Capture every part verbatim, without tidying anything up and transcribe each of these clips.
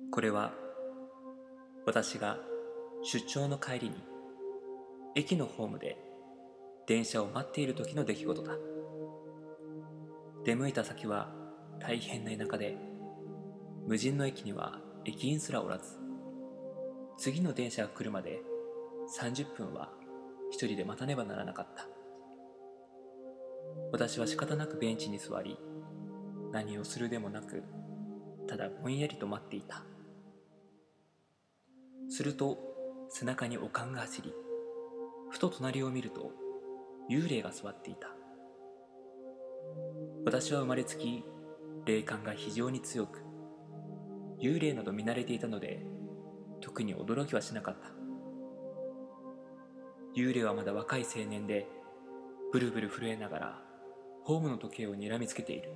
これは私が出張の帰りに駅のホームで電車を待っている時の出来事だ。出向いた先は大変な田舎で、無人の駅には駅員すらおらず、次の電車が来るまでさんじゅっぷんは一人で待たねばならなかった。私は仕方なくベンチに座り、何をするでもなく、ただぼんやりと待っていた。すると背中に悪寒が走り、ふと隣を見ると幽霊が座っていた。私は生まれつき霊感が非常に強く、幽霊など見慣れていたので特に驚きはしなかった。幽霊はまだ若い青年で、ブルブル震えながらホームの時計をにらみつけている。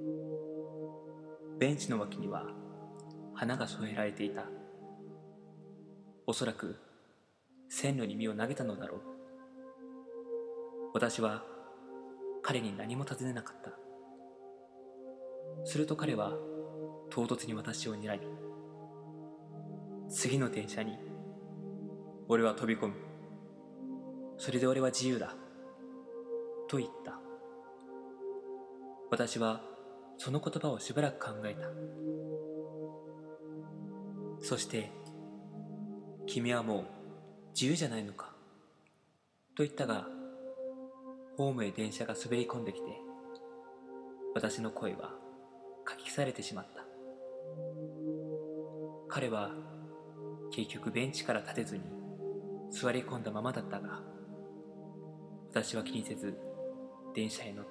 ベンチの脇には花が添えられていた。おそらく線路に身を投げたのだろう。私は彼に何も尋ねなかった。すると彼は唐突に私を睨み、次の電車に俺は飛び込む。それで俺は自由だと言った。私はその言葉をしばらく考えた。そして君はもう自由じゃないのかと言ったが、ホームへ電車が滑り込んできて、私の声はかき消されてしまった。彼は結局ベンチから立てずに座り込んだままだったが、私は気にせず電車へ乗った。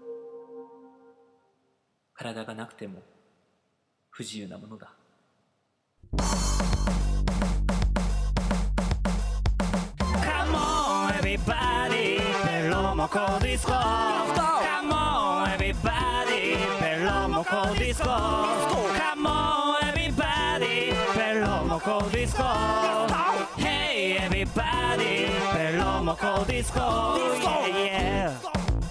体がなくても不自由なものだ。Come on everybody ペロモコディスコ Come on everybody ペロモコディスコ Come on everybody ペロモコディスコ Hey everybody ペロモコディスコ Yeah, yeah.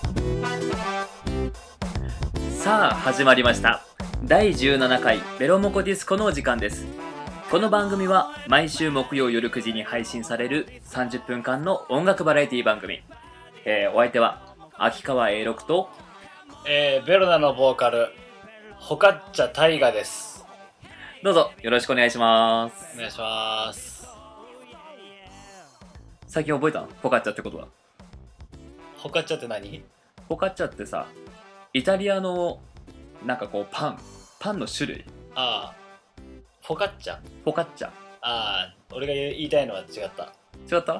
さあ始まりました。だいじゅうななかいベロモコディスコのお時間です。この番組は毎週木曜夜くじに配信されるさんじゅっぷんかんの音楽バラエティ番組、えー、お相手は秋川 エーろく と、 えー、ベロナのボーカルホカッチャタイガです。 どうぞよろしくお願いします。 お願いします。 最近覚えたの？ホカッチャってことは。 ホカッチャって何？ ホカッチャってさ、イタリアのなんかこうパンパンの種類。 ああ、フォカッチャ。 ホカッチャ。 ああ、俺が言いたいのは違った。 違った？うん。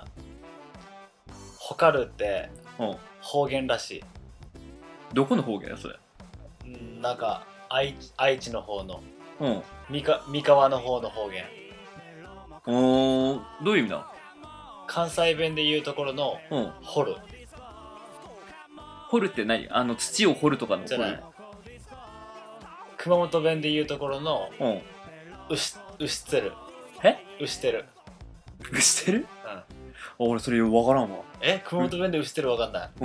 ホカルってうん。 方言らしい。 どこの方言やそれ？ んなんか愛愛知の方の。 うん。 三か三河の方の方言。 おー、どういう意味なの？ 関西弁で言うところの、うん、掘る。 掘るって何？あの土を掘るとかの掘る？ じゃない。熊本弁で言うところの、うん、うし、うしてる。 え？ うしてる。 うしてる？うん。 あ、 俺それ分からんわ。 え？熊本弁でうしてる分かんない？ うん。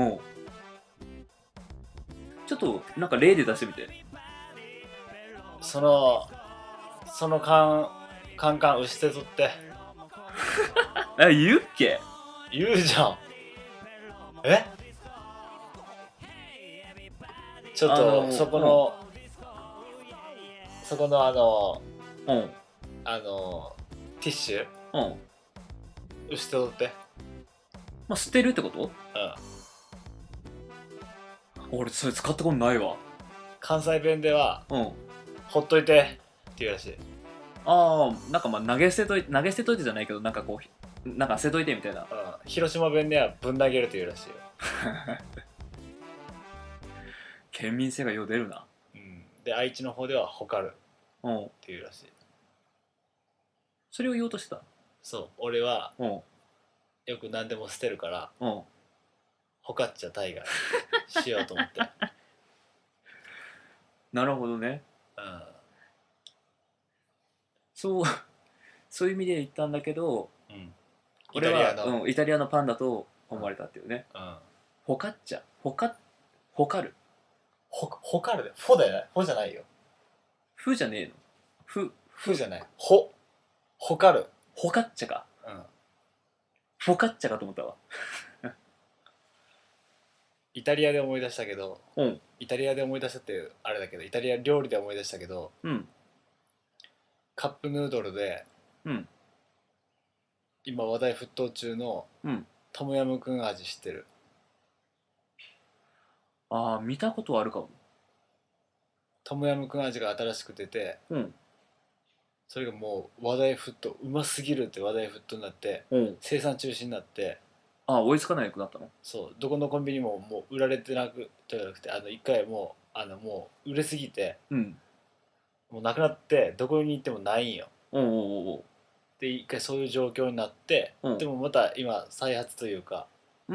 ちょっとなんか例で出してみて。 その、そのカン、カンカンうしてとって。 あ、言うっけ？ 言うじゃん。え？ちょっと、あのー、そこの、うん、そこのあの、うん、あのティッシュ、うん、うしてとって。 まあ、捨てるってこと？うん。俺それ使ったことないわ。 関西弁では、うん、ほっといてって言うらしい。 ああ、なんかまあ投げ捨てといて、投げ捨てといてじゃないけど、なんかこうなんか捨てといてみたいな。うん、 広島弁ではぶん投げると言うらしいよ。 県民性がよう出るな。 うん。で愛知の方ではほかるっていうらしい。 それを言おうとしてた。 そう、俺は、うん、よく何でも捨てるから、うん、ほかっちゃタイガーしようと思って。 なるほどね。うん。そうそういう意味で言ったんだけど、うん、俺はイタリアの、うん、イタリアのパンだと思われたっていうね。うん。ホカッチャ、ホカホカル。 ほホカルで、フォだよね。フォじゃないよ。 フじゃねえの。フふじゃない。ほ。ほかる。 ホカッチャか。 うん。 フォカッチャかと思ったわ。 イタリアで思い出したけど、 うん。 イタリアで思い出したっていうあれだけど、イタリア料理で思い出したけど、 うん。 カップヌードルで、 うん。 今話題沸騰中のうん。 トムヤムクン味知ってる？ ああ、見たことあるかも。 トムヤムクン味が新しく出て、 うん。 それがもう話題沸騰、うますぎるって話題沸騰になって、 うん。 生産中止になって、 ああ、追いつかなくなったの？ そう、どこのコンビニももう売られてなくじゃなくて、あの一回もうあのもう売れすぎて、 うん。 もうなくなってどこに行ってもないんよ。 おうおうおうおう。 で一回そういう状況になって、 うん。 でもまた今再発というか、 うん。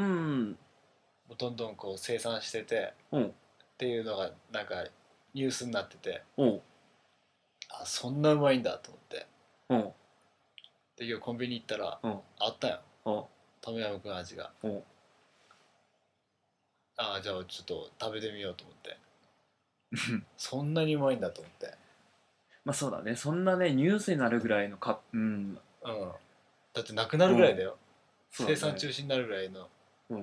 もうどんどんこう生産しててうん。 っていうのがなんかニュースになってて、 うん。 あ、そんなうまいんだと思って、 うん。 で今日コンビニ行ったらうん。 あったよ、 うん。 トムヤムクン味が。 うん。 ああ、じゃあちょっと食べてみようと思って、そんなにうまいんだと思って。 まあそうだね。そんなね、ニュースになるぐらいのカップ、うん。 うん、だってなくなるぐらいだよ、 そうだね。 生産中止になるぐらいの。 うん。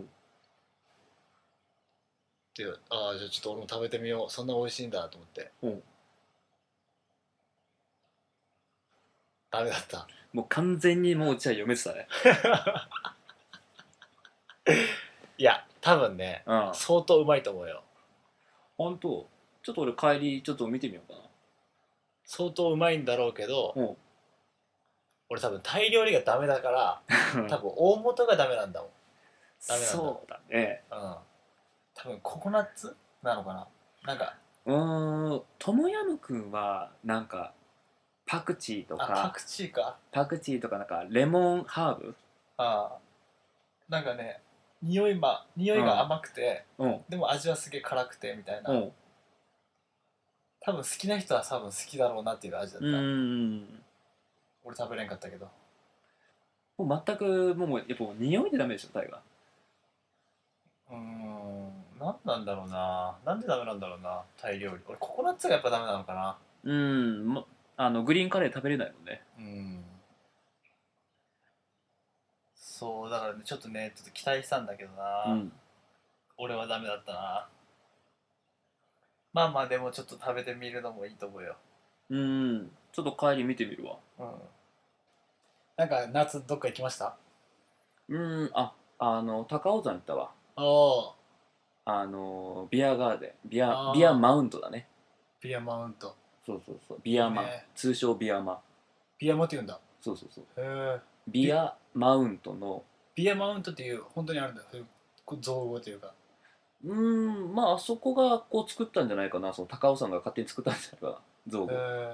で、ああ、じゃあちょっと俺も食べてみよう、そんな美味しいんだと思って。 うん。 ダメだった。 もう完全にもううちは読めてたね。 いや多分ね、 うん。 相当うまいと思うよ。 ほんと、ちょっと俺帰りちょっと見てみようか相当うまいんだろうけど、 な。うん。 俺多分タイ料理がダメだから多分大元がダメなんだもん。ダメなんだ。 そうだね。 うん、多分ココナッツなのかな、なんか。 うーん、トムヤムクンはなんかパクチーとあ、パかクチーか。 パクチーとかなんかレモンハーブ。 ああ、なんかね、匂いま匂いが甘くて、 うん。 でも味はすげえ辛くてみたいな、 うん。 多分好きな人は多分好きだろうなっていう味だった。 うーん。 俺食べれんかったけど。 もう全くもうやっぱ匂いでダメでしょタイが。 うーん、なんなんだろうな、なんでダメなんだろうな、タイ料理。俺ココナッツがやっぱダメなのかな。 うーん、ま、あのグリーンカレー食べれないもんね。 うん、そうだからね、ちょっとね、ちょっと期待したんだけどな、 うん。 俺はダメだったな。まあまあでもちょっと食べてみるのもいいと思うよ。 うーん。ちょっと帰り見てみるわ。 うん。なんか夏どっか行きました？ うーん、あ、あの高尾山行ったわ。 おお。 あのビアガーデン、ビアあービアマウントだね。 ビアマウント。 そうそうそう、ビアマ、 いいね。 通称ビアマ。 ビアマって言うんだ。 そうそうそう。 へえ。 ビアマウントの、 ビアマウントっていう本当にあるんだ。そういう造語というか。 うーん、まああそこがこう作ったんじゃないかな。その高尾山が勝手に作ったんじゃないかな、造語。 へえ。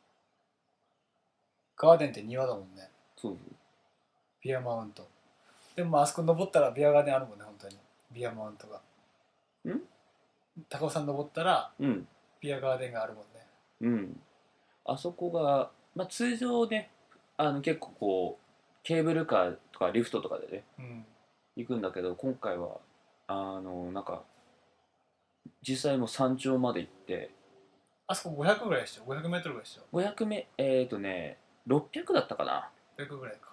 ガーデンって庭だもんね。 そうビアマウント。でもまああそこ登ったらビアガーデンあるもんね、本当に。ビアマウントが。 そう。ん高尾山登ったらうん。 ビアガーデンがあるもんね。 うん。あそこが、まあ通常ね、あの結構こう、ケーブルカーとかリフトとかでね、 うん。 行くんだけど、今回は、あの、なんか、実際もう山頂まで行って、 あそこごひゃくぐらいでしょ？ ごひゃく メートルぐらいでしょ？ ごひゃくメ、えっとね、ろっぴゃくだったかな。 ろっぴゃくぐらいか。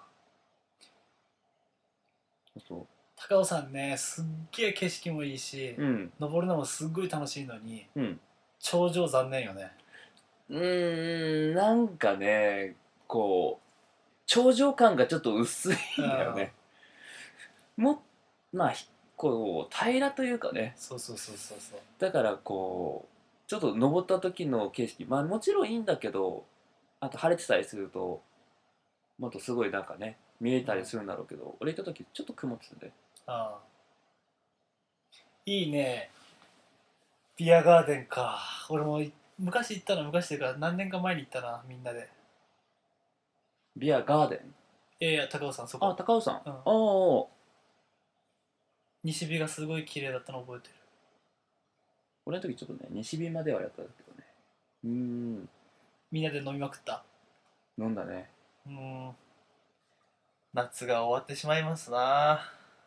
そ高尾山ね、すっげえ景色もいいし、 う。うん。 登るのもすっごい楽しいのに、 うん。 頂上残念よね。 うーん、なんかね、こう、頂上感がちょっと薄いんだよね。も、まあ、ひこう、平らというかね。 そうそうそうそうそう。 だからこう、ちょっと登った時の景色、まあもちろんいいんだけど、あと晴れてたりすると、もっとすごいなんかね、見えたりするんだろうけど、俺行った時ちょっと曇っててね。 ああ、いいね。ビアガーデンか。俺もい昔行ったの、昔っていうか何年か前に行ったな、みんなで。 ビアガーデン。 いやいや、高尾山そあ、 こ。 高尾山。 うん。 ああ、 西日がすごい綺麗だったの覚えてる。 俺の時ちょっとね、西日まではやったんだけどね。うーん、 みんなで飲みまくった。 飲んだね。 うーん。夏が終わってしまいますな。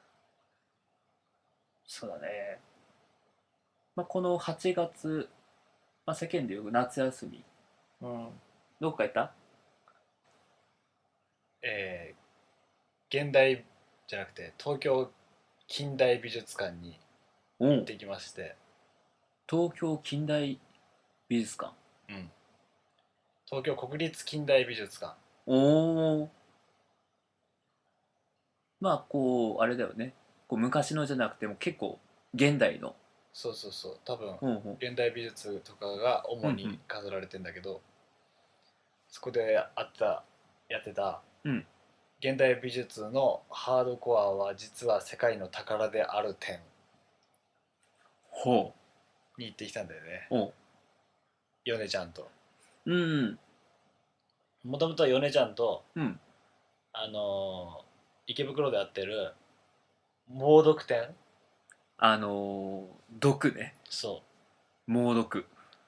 そうだね。まあ、このはちがつ、まあ、世間でいう夏休みうん。 どこか行った？ えー、現代じゃなくて東京近代美術館に行ってきまして。 東京近代美術館。 うん。東京国立近代美術館。 おお。まあこうあれだよね。こう昔のじゃなくても結構現代の。 そうそうそう。多分、 うんうん、 現代美術とかが主に飾られてんだけど、うんうん、そこであったやってた、うん、現代美術のハードコアは実は世界の宝である点ほうに行ってきたんだよね。 お米ちゃんと。 うん。 もともと米ちゃんと、 うん、 あのー、池袋でやってる猛毒展。 あのー、毒ね。 そう。 猛毒。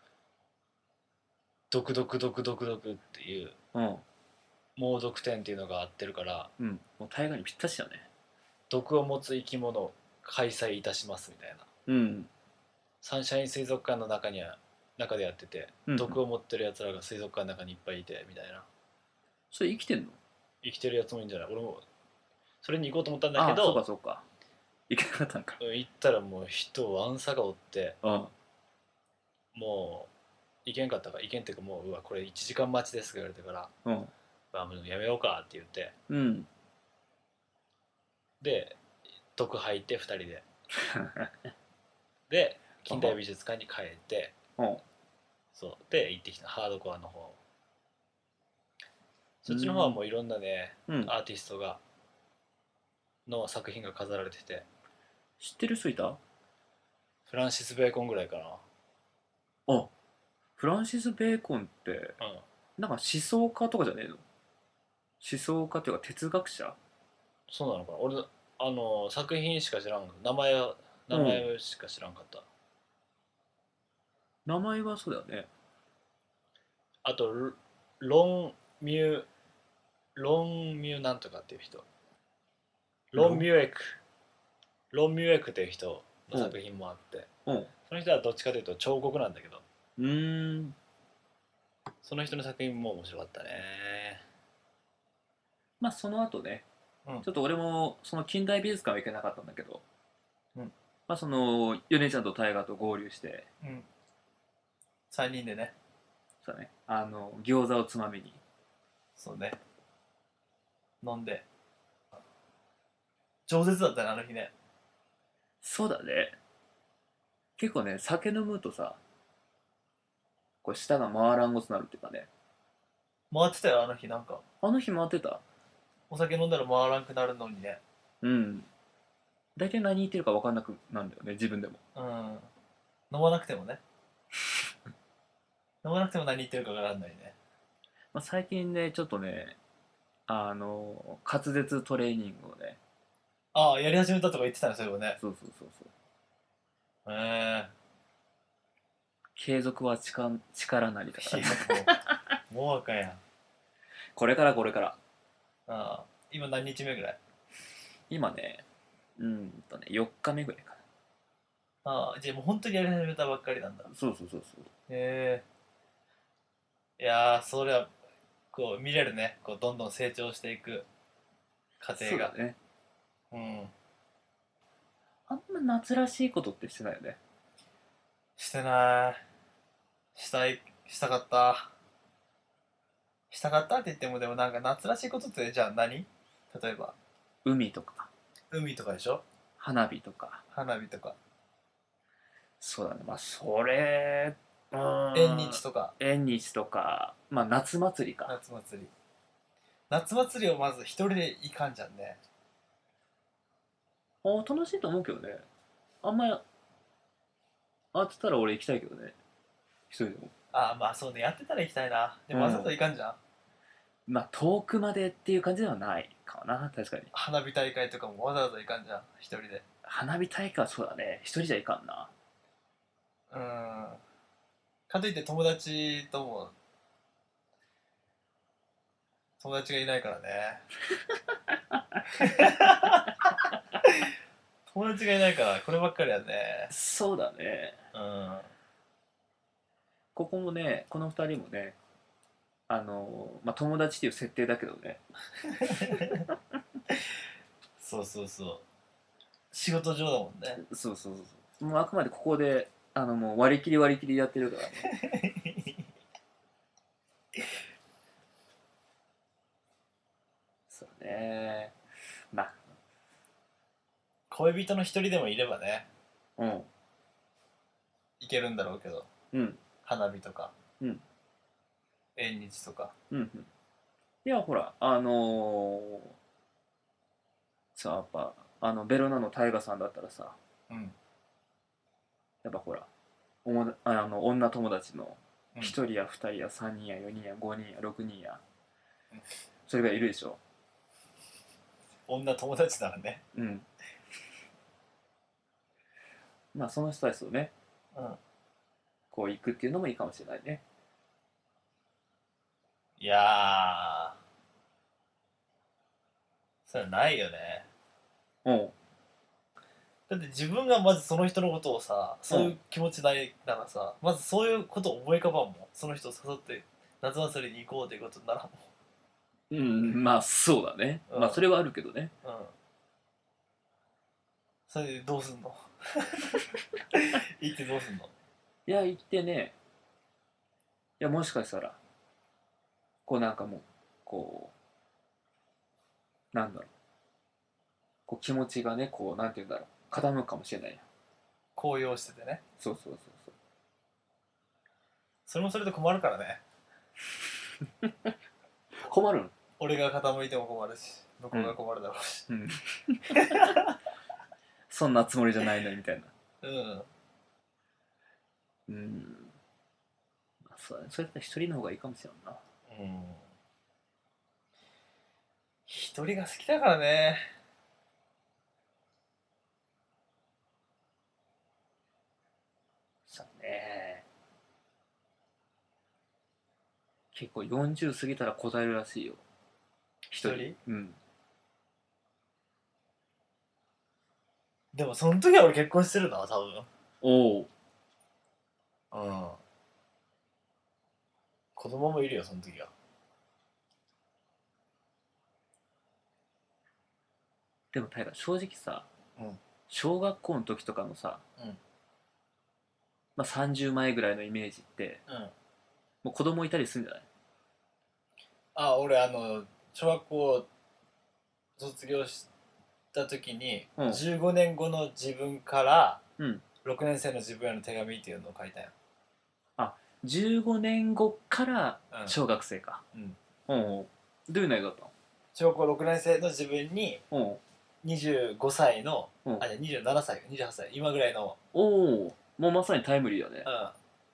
毒毒毒毒毒っていう、うん、猛毒展っていうのがあってるから、 うん、もう大河にぴったしだね。 毒を持つ生き物を開催いたしますみたいな、うん、サンシャイン水族館の中には中でやってて、うん、毒を持ってるやつらが水族館の中にいっぱいいてみたいな。 それ生きてんの？ 生きてるやつもいいんじゃない？俺もそれに行こうと思ったんだけど、ああそうかそうか、行けなかったんか。 行ったらもう人わんさがおって、うん、もう行けんかったから、行けんっていうかもううわこれいちじかん待ちですって言われてから、うん、あもうやめようかって言って、うん、で毒吐いてふたりでで近代美術館に帰って、うん、そうで行ってきたハードコアの方。そっちの方はもういろんなね、うん、アーティストがの作品が飾られてて。 知ってる人いた？ フランシス・ベーコンぐらいかな。 あ、フランシス・ベーコンって、うん、なんか思想家とかじゃねえの？思想家っていうか哲学者？ そうなのかな。俺あの作品しか知らん、名前は名前しか知らんかった、うん、 名前はそうだよね。 あとロンミュロンミュなんとかっていう人、ロンミュエクロンミュエクっていう人の作品もあって、うん、その人はどっちかというと彫刻なんだけど、うーん、その人の作品も面白かったね。 まあその後ね、うん、ちょっと俺もその近代美術館は行けなかったんだけど、うん、まあその米ちゃんと大河と合流して、うん、 さんにんでね、 そうだね、あの餃子をつまみに、 そうね、飲んで饒舌だったねあの日ね。 そうだね、結構ね酒飲むとさ、こう舌が回らんごとなるっていうかね。 回ってたよあの日。なんかあの日回ってた。 お酒飲んだら回らんくなるのにね。 うん、大体何言ってるか分かんなくなるんだよね自分でも。 うん、飲まなくてもね飲まなくても何言ってるか分からんないね。 まあ、最近ねちょっとね、あの滑舌トレーニングをね、 ああやり始めたとか言ってたね、そういえばね。 そうそうそうそう。 へえー、 継続は力力なりだから、ね、 もうもうあかんやん。 これからこれから。 ああ今何日目ぐらい？ 今ね、うんとねよっかめぐらいかな。ああじゃあもう本当にやり始めたばっかりなんだ。 そうそうそうそう。 へえ。いやーそれはこう見れるね、こうどんどん成長していく過程が。そうだね。うん。 あんま夏らしいことってしてないよね。 してない。したいしたかったしたかったって言っても、でもなんか夏らしいことってじゃあ何？例えば海とか海とかでしょ。 花火とか。 花火とか。 そうだね、まあそれ、 うん、縁日とか。 縁日とか、まあ夏祭りか。 夏祭り夏祭りをまず一人で行かんじゃんね。 あ楽しいと思うけどね。あんまりあってたら俺行きたいけどね、一人でも。 ああまあそうね、やってたら行きたいな。でもわざわざ行かんじゃん、 うん、まあ遠くまでっていう感じではないかな。確かに花火大会とかもわざわざ行かんじゃん一人で。 花火大会はそうだね、一人じゃ行かんな。 うん、かといって友達とも友達がいないからね友達がいないからこればっかりはね。 そうだね。うん。ここもね、このふたりもね、 あのまあ友達っていう設定だけどね。 そうそうそう、仕事上だもんね。 そうそうそうそう、もうあくまでここであのもう割り切り割り切りやってるからね。そうね。まあ恋人の一人でもいればね、 うんいけるんだろうけど、 うん花火とかうん縁日とか。 うんうん。いやほらあのーさあやっぱあのベロナのタイガさんだったらさ、 うんやっぱほらおもあの女友達のうんひとりやふたりやさんにんやよにんやごにんやろくにんやうん、 それがいるでしょ。 女友達ならね。 うん。まあその人たちとねうんこう行くっていうのもいいかもしれないね。 いやー、それはないよね。 うんだって自分がまずその人のことをさ、そういう気持ちないならさ、まずそういうことを思い浮かばんもん。その人を誘って夏祭りに行こうっていうことにならんもうん、まあそうだね、 うんまあそれはあるけどね。 ん。うん。それでどうすんの？行ってどうすんの？ いや行ってね、いやもしかしたらこうなんかもうこうなんだろう、こう気持ちがねこうなんて言うんだろう傾くかもしれないや。 高揚しててね。 そうそうそうそう。 それもそれで困るからね。 困るん。 俺が傾いても困るし、向こうが困るだろうし。 うん、そんなつもりじゃないのにみたいな。 うん。 うん、まあそうだね、それだったら一人の方がいいかもしれんな。 うん。一人が好きだからね。 そうね、結構よんじゅう過ぎたら答えるらしいよ一人。 一人？ うん。 でもその時は俺結婚してるな、多分。 おお。 うん。子供もいるよ、その時は。 でも大河正直さ、 うん小学校の時とかのさ、 うんまあ、さんじゅうまえぐらいのイメージってうん。 もう子供いたりするんじゃない？ あ、俺あの小学校卒業した時に、 うんじゅうごねんごの自分からうん。 ろくねん生の自分への手紙っていうのを書いたんよ。 あ、じゅうごねんごからうん小学生か。 うんうんうん。どういう内容だった小学校ろくねん生の自分にの？ にじゅうごさいの、 うんうん。 あ、じゃあにじゅうななさいにじゅうはっさい今ぐらいの、 おお、もうまさにタイムリーだね。 うん、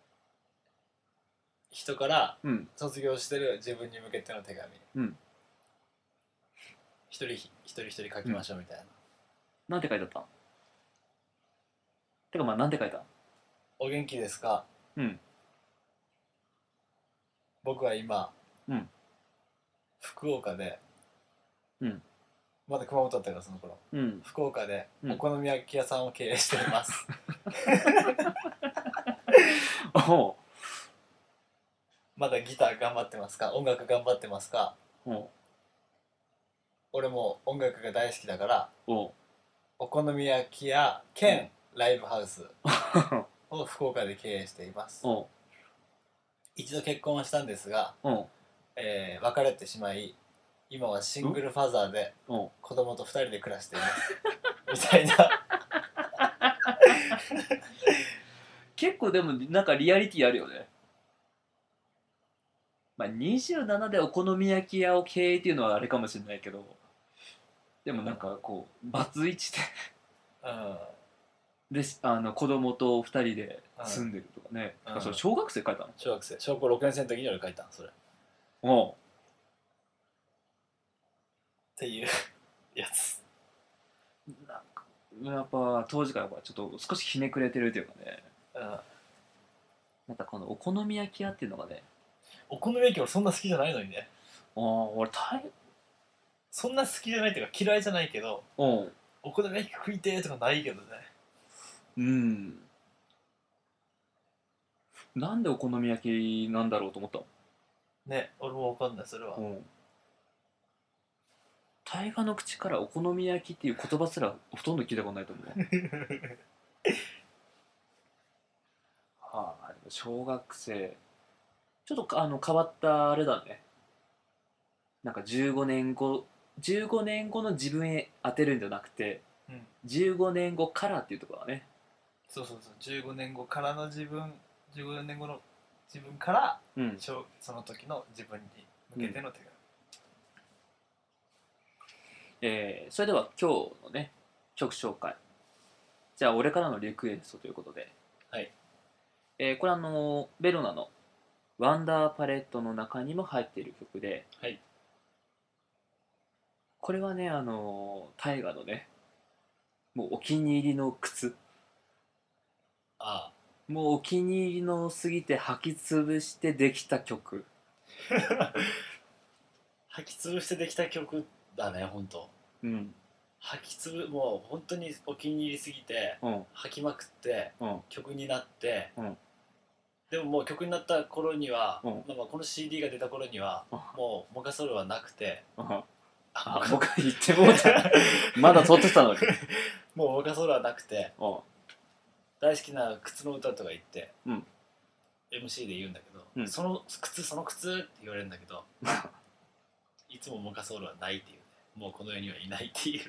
人からうん。 卒業してる自分に向けての手紙、 うん。 一人一人一人書きましょうみたいな。 なんて書いてあった？てかまあなんて書いた？ お元気ですか？ うん。 僕は今うん福岡で、 うんまだ熊本だったからその頃、 うん福岡でうんお好み焼き屋さんを経営しています。 おおまだギター頑張ってますか？音楽頑張ってますか？ お俺も音楽が大好きだからおお好み焼き屋兼ライブハウスを福岡で経営しています。 お一度結婚をしたんですが、 おえー別れてしまい今はシングルファザーでお子供とふたりで暮らしていますみたいな。 結構でもなんかリアリティあるよね。まあにじゅうななでお好み焼き屋を経営っていうのはあれかもしれないけど、でもなんかこうバツイチうんでであの子供とふたりで住んでるとかね、 うんあそれ小学生書いたの？ 小学生小学校ろくねん生の時に俺書いたそれっおうていうやつ。 なんかやっぱ当時からやっぱちょっと少しひねくれてるというかね、 うんなんかこのお好み焼き屋っていうのがね、 お好み焼き俺そんな好きじゃないのにね。 ああ俺大そんな好きじゃないっていうか嫌いじゃないけど、 おうお好み焼き食いてーとかないけどね。 うんなんでお好み焼きなんだろうと思ったの？ ね、俺もわかんないそれは。 うん。大河の口からお好み焼きっていう言葉すらほとんど聞いたことないと思う。はあ、でも小学生ちょっとかあの変わったあれだね。なんかじゅうごねんごじゅうごねんごの自分へ当てるんじゃなくてうん、 じゅうごねんごからっていうところだね。 そうそうそう、じゅうごねんごからの自分、じゅうごねんごの自分から、 うん、 その時の自分に向けての手紙。 えーそれでは今日のね曲紹介、じゃあ俺からのリクエストということで、 はい。 えーこれあのベロナのワンダーパレットの中にも入っている曲で、 はい。 これはねあの大河のねもうお気に入りの靴、 あもうお気に入りのすぎて履き潰してできた曲。 あ。履き潰してできた曲だね、ほんと。 うん履きつぶもう本当にお気に入りすぎてうん履きまくってうん曲になって、 うんでももう曲になった頃には、 うんまあ、まあこの シーディー が出た頃にはもうモカソルはなくて、 あああ僕言ってもうたまだ撮ってたのに。 もうモカソルはなくて、 うん大好きな靴の歌とか言って、 うんエムシー で言うんだけど、 うんその靴その靴って言われるんだけどいつもモカソルはないっていう、ね、もうこの世にはいないっていう。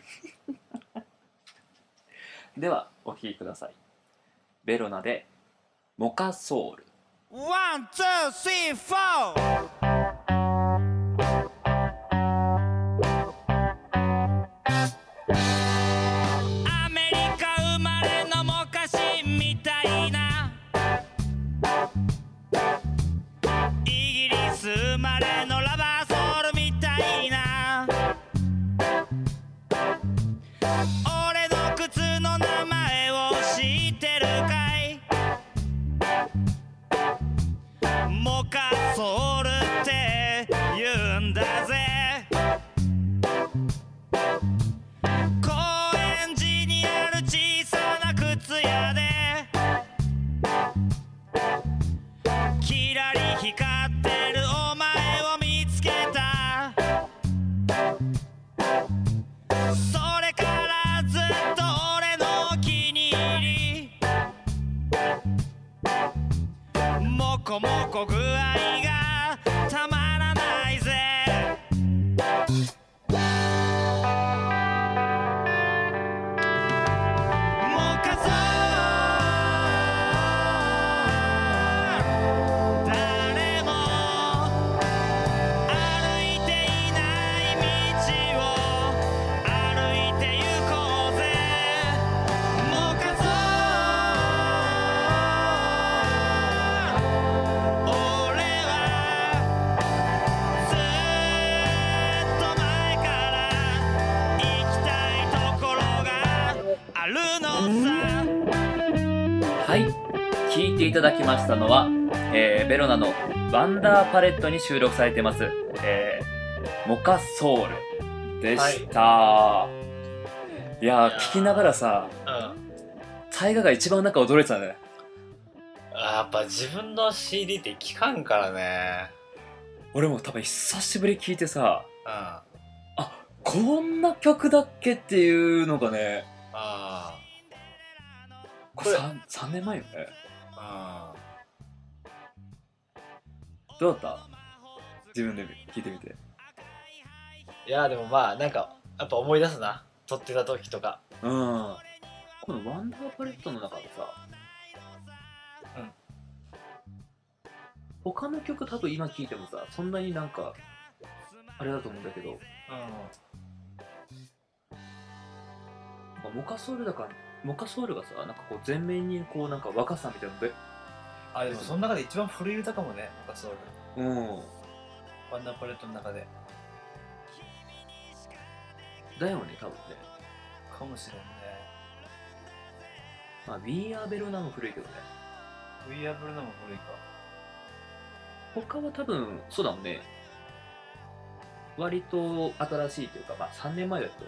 ではお聴きください。ベロナでモカソール。 ワン、ツー、スリー、フォー。アメリカ生まれのモカシンみたいな、イギリス生まれのラバーソールみたいな、俺の靴の名前を知ってるかい？モカソールって言うんだぜ。高円寺にある小さな靴屋でキラリ光ってるお前を見つけた。それからずっと俺のお気に入り、モコモコ具合がたまらないぜ。モカソール、誰も歩いていない道を歩いて行こうぜ。モカソール、俺はずっと前から行きたいところがあるのさ。 はい、聴いていただきましたのは、えーベロナのワンダーパレットに収録されてます、えーモカソールでした、い、やーいやー聞きながらさうん大河が一番なんか驚いてたね。 あやっぱ自分の シーディー って聞かんからね。 俺も多分久しぶり聞いてさ、 うんあこんな曲だっけっていうのがね、 あこれ 3, 3年前よね。 あどうだった自分で聞いてみて。 いやでもまあなんかやっぱ思い出すな、撮ってた時とか。 うんこのワンダーパレットの中でさ、 うん他の曲多分今聴いてもさそんなになんかあれだと思うんだけど、 うんまあモカソールだからモカソールがさなんかこう前面にこうなんか若さみたいなので、 あでもその中で一番古い歌かもね、モカソール。 うんワンダーパレットの中でだよね多分ね。 かもしれんね。 まあ We Are Bellona も古いけどね。 ウィアブルのも古いか。 他は多分そうだもんね、割と新しいというかまあさんねんまえだと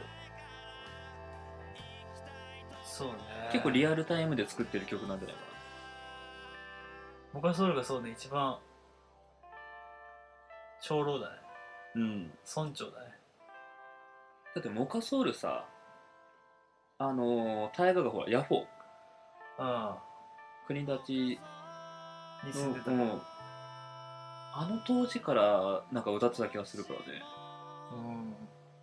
そうね。 結構リアルタイムで作ってる曲なんじゃないかモカソールがそうね、一番長老だね。 うん村長だね。 だってモカソウルさ、あのー、大河がほらヤフォうん国立に住んでた、 うんうんあの当時からなんか歌ってた気がするからね。 うん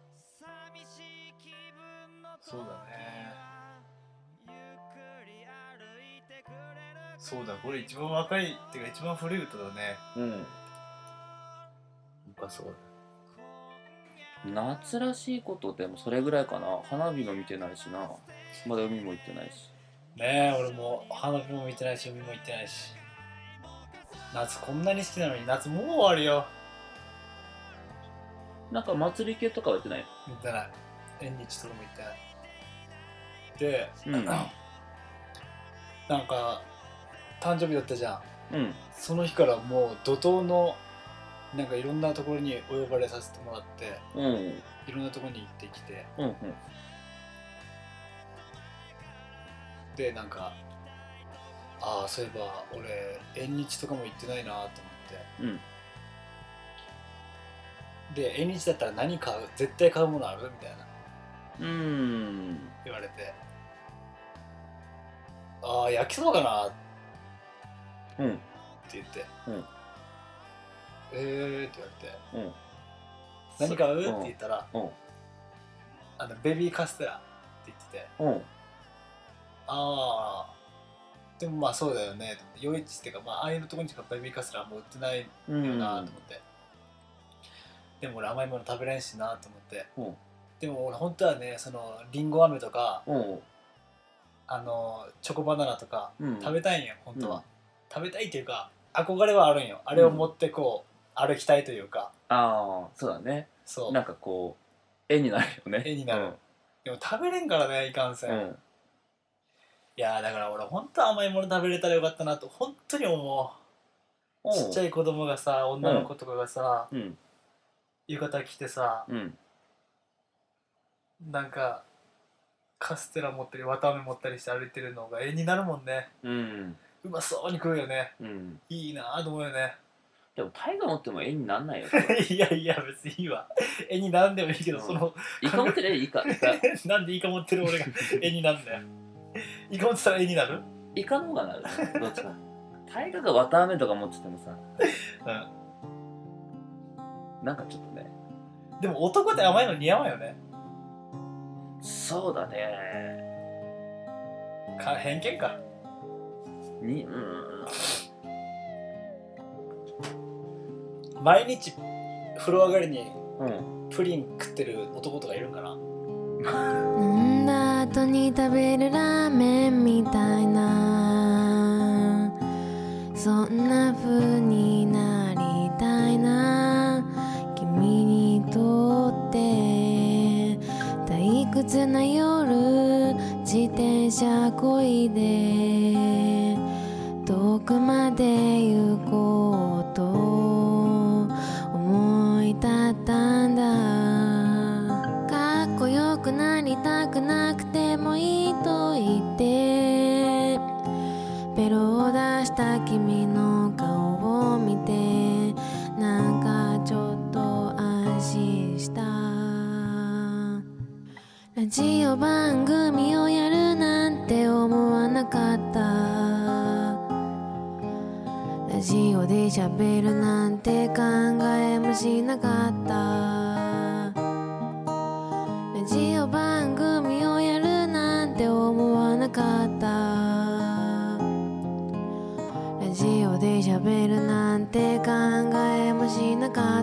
そうだね。そうだ、これ一番若いっていうか一番古い歌だね。 うん僕はそう夏らしいことでもそれぐらいかな。花火も見てないしな、まだ海も行ってないし。 ねえ、俺も花火も見てないし海も行ってないし。夏こんなに好きなのに夏もう終わるよ。 なんか祭り系とかはやってない？ 行ってない。縁日とかも行ってないで、 うんなんか誕生日だったじゃん。 うんその日からもう怒涛のなんかいろんなところにお呼ばれさせてもらってうんいろんなところに行ってきて、 うんうんでなんかああそういえば俺縁日とかも行ってないなと思って、 うんで縁日だったら何買う絶対買うものあるみたいなうーん言われて、ああ焼きそばかなってうん言って、 うんえーって言われて、 うん何買うってうん言ったら、 うんあのベビーカステラって言ってて、 うんああでもまあそうだよねと思って、夜市っていうかまあああいうところにしかベビーカステラも売ってないようんなと思って、でも俺甘いもの食べれんしなと思って、 うんでも俺本当はねそのリンゴ飴とかうんあのチョコバナナとかうん食べたいんよ本当は、 うん食べたいっていうか憧れはあるんよ。あれを持ってこう、歩きたいというか、 ああそうだね。 そうなんかこう絵になるよね。 絵になる、でも食べれんからねいかんせん、 うん、 いやーだから俺本当甘いもの食べれたらよかったなと本当に思う。 うん、 ちっちゃい子供がさ女の子とかがさ、 うん浴衣着てさ、 うんなんかカステラ持ったり綿あめ持ったりして歩いてるのが絵になるもんね。 うんうまそうに食うよね。 うんいいなぁと思うよね。 でもタイガ持っても絵になんないよ。 いやいや別にいいわ。絵になんでもいいけど、 うんそのイカ持ってる絵いいか。イカなんでイカ持ってる俺が絵になんだよ。イカ持ってたら絵になる？ イカの方がなる。どっちか。タイガが綿あめとか持っててもさ、 うん。 なんかちょっとね。 でも男って甘いの似合わんよね。 そうだね。 か偏見か。 にうん毎日風呂上がりにうんプリン食ってる男とかいるんかな。 飲んだ後に食べるラーメンみたいな、そんな風になりたいな。君にとって退屈な夜自転車こいで遠くまで行こうと思い立ったんだ。かっこよくなりたくなくてもいいと言ってベロを出した君の顔を見てなんかちょっと安心した。ラジオ番組をやるなんて思わなかった。ラジオで喋るなんて考えもしなかった。ラジオ番組をやるなんて思わなかった。ラジオで喋るなんて考えもしなかっ